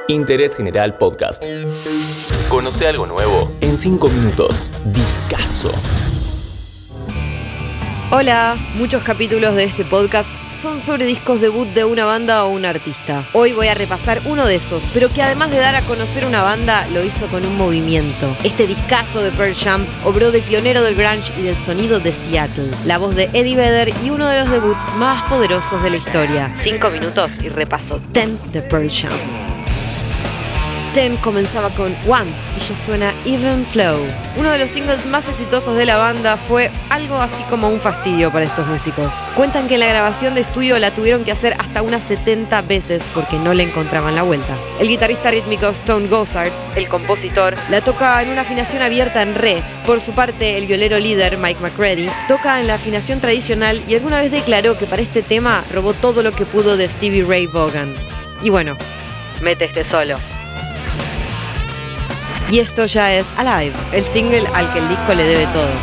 Interés General Podcast. Conoce algo nuevo en 5 minutos. Discazo. Hola, muchos capítulos de este podcast son sobre discos debut de una banda o un artista. Hoy voy a repasar uno de esos, pero que además de dar a conocer una banda, lo hizo con un movimiento. Este discazo de Pearl Jam obró de pionero del grunge y del sonido de Seattle. La voz de Eddie Vedder y uno de los debuts más poderosos de la historia. 5 minutos y repaso 10 de Pearl Jam. 10 comenzaba con Once y ya suena Even Flow. Uno de los singles más exitosos de la banda fue algo así como un fastidio para estos músicos. Cuentan que en la grabación de estudio la tuvieron que hacer hasta unas 70 veces porque no le encontraban la vuelta. El guitarrista rítmico Stone Gossard, el compositor, la toca en una afinación abierta en re. Por su parte, el violero líder Mike McCready toca en la afinación tradicional y alguna vez declaró que para este tema robó todo lo que pudo de Stevie Ray Vaughan. Y bueno, mete este solo. Y esto ya es Alive, el single al que el disco le debe todo.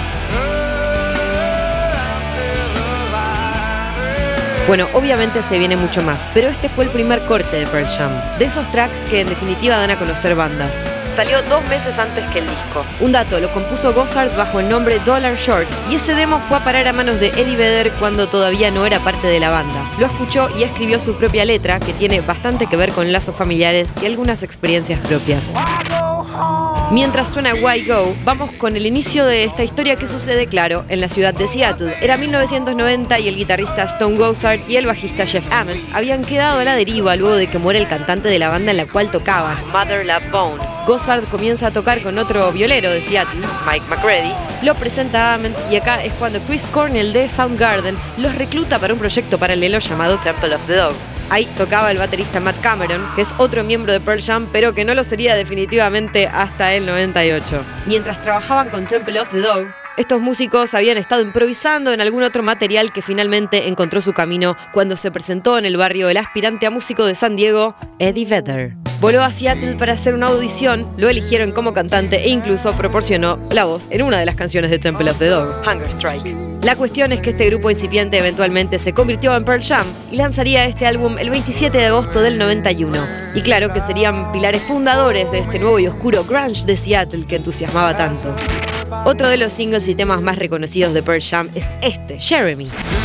Bueno, obviamente se viene mucho más, pero este fue el primer corte de Pearl Jam, de esos tracks que en definitiva dan a conocer bandas. Salió 2 meses antes que el disco. Un dato, lo compuso Gossard bajo el nombre Dollar Short, y ese demo fue a parar a manos de Eddie Vedder cuando todavía no era parte de la banda. Lo escuchó y escribió su propia letra, que tiene bastante que ver con lazos familiares y algunas experiencias propias. Mientras suena Why Go, vamos con el inicio de esta historia que sucede, claro, en la ciudad de Seattle. Era 1990 y el guitarrista Stone Gossard y el bajista Jeff Ament habían quedado a la deriva luego de que muere el cantante de la banda en la cual tocaban, Mother Love Bone. Gossard comienza a tocar con otro violero de Seattle, Mike McCready, lo presenta a Ament y acá es cuando Chris Cornell de Soundgarden los recluta para un proyecto paralelo llamado Temple of the Dog. Ahí tocaba el baterista Matt Cameron, que es otro miembro de Pearl Jam, pero que no lo sería definitivamente hasta el 98. Mientras trabajaban con Temple of the Dog, estos músicos habían estado improvisando en algún otro material que finalmente encontró su camino cuando se presentó en el barrio el aspirante a músico de San Diego, Eddie Vedder. Voló a Seattle para hacer una audición, lo eligieron como cantante e incluso proporcionó la voz en una de las canciones de Temple of the Dog, Hunger Strike. La cuestión es que este grupo incipiente eventualmente se convirtió en Pearl Jam y lanzaría este álbum el 27 de agosto del 91. Y claro que serían pilares fundadores de este nuevo y oscuro grunge de Seattle que entusiasmaba tanto. Otro de los singles y temas más reconocidos de Pearl Jam es este, Jeremy.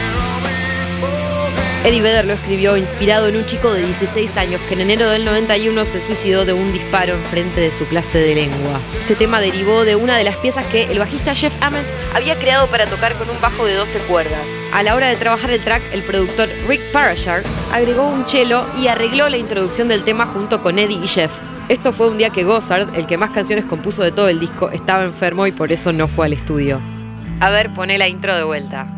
Eddie Vedder lo escribió inspirado en un chico de 16 años que en enero del 91 se suicidó de un disparo enfrente de su clase de lengua. Este tema derivó de una de las piezas que el bajista Jeff Ament había creado para tocar con un bajo de 12 cuerdas. A la hora de trabajar el track, el productor Rick Parashar agregó un cello y arregló la introducción del tema junto con Eddie y Jeff. Esto fue un día que Gossard, el que más canciones compuso de todo el disco, estaba enfermo y por eso no fue al estudio. A ver, poné la intro de vuelta.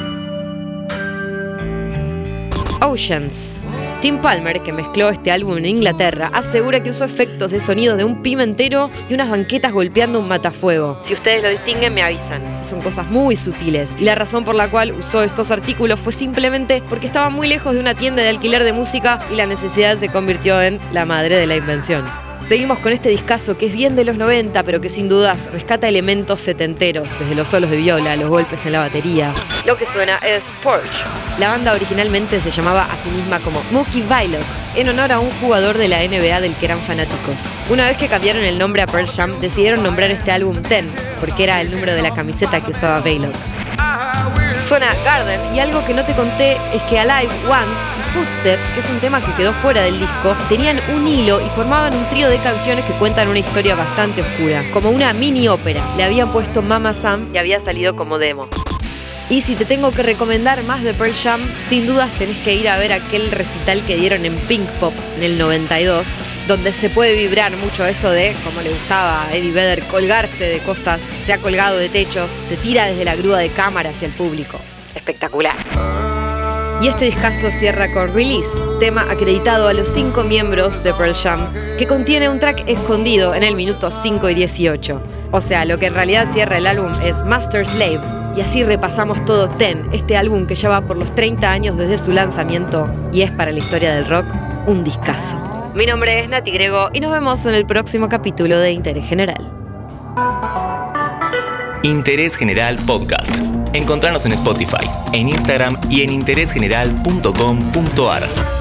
Oceans. Tim Palmer, que mezcló este álbum en Inglaterra, asegura que usó efectos de sonido de un pimentero y unas banquetas golpeando un matafuego. Si ustedes lo distinguen, me avisan. Son cosas muy sutiles y la razón por la cual usó estos artículos fue simplemente porque estaba muy lejos de una tienda de alquiler de música y la necesidad se convirtió en la madre de la invención. Seguimos con este discazo que es bien de los 90, pero que sin dudas rescata elementos setenteros, desde los solos de viola, los golpes en la batería. Lo que suena es Porsche. La banda originalmente se llamaba a sí misma como Mookie Bailock, en honor a un jugador de la NBA del que eran fanáticos. Una vez que cambiaron el nombre a Pearl Jam, decidieron nombrar este álbum 10, porque era el número de la camiseta que usaba Bailock. Suena Garden, y algo que no te conté es que Alive, Once y Footsteps, que es un tema que quedó fuera del disco, tenían un hilo y formaban un trío de canciones que cuentan una historia bastante oscura, como una mini ópera. Le habían puesto Mama Sam y había salido como demo. Y si te tengo que recomendar más de Pearl Jam, sin dudas tenés que ir a ver aquel recital que dieron en Pink Pop en el 92, donde se puede vibrar mucho esto de, como le gustaba a Eddie Vedder, colgarse de cosas, se ha colgado de techos, se tira desde la grúa de cámara hacia el público. Espectacular. Y este discazo cierra con Release, tema acreditado a los 5 miembros de Pearl Jam, que contiene un track escondido en el minuto 5 y 18. O sea, lo que en realidad cierra el álbum es Master Slave. Y así repasamos todo 10, este álbum que ya va por los 30 años desde su lanzamiento y es para la historia del rock un discazo. Mi nombre es Nati Grego y nos vemos en el próximo capítulo de Interés General. Interés General Podcast. Encontranos en Spotify, en Instagram y en interésgeneral.com.ar.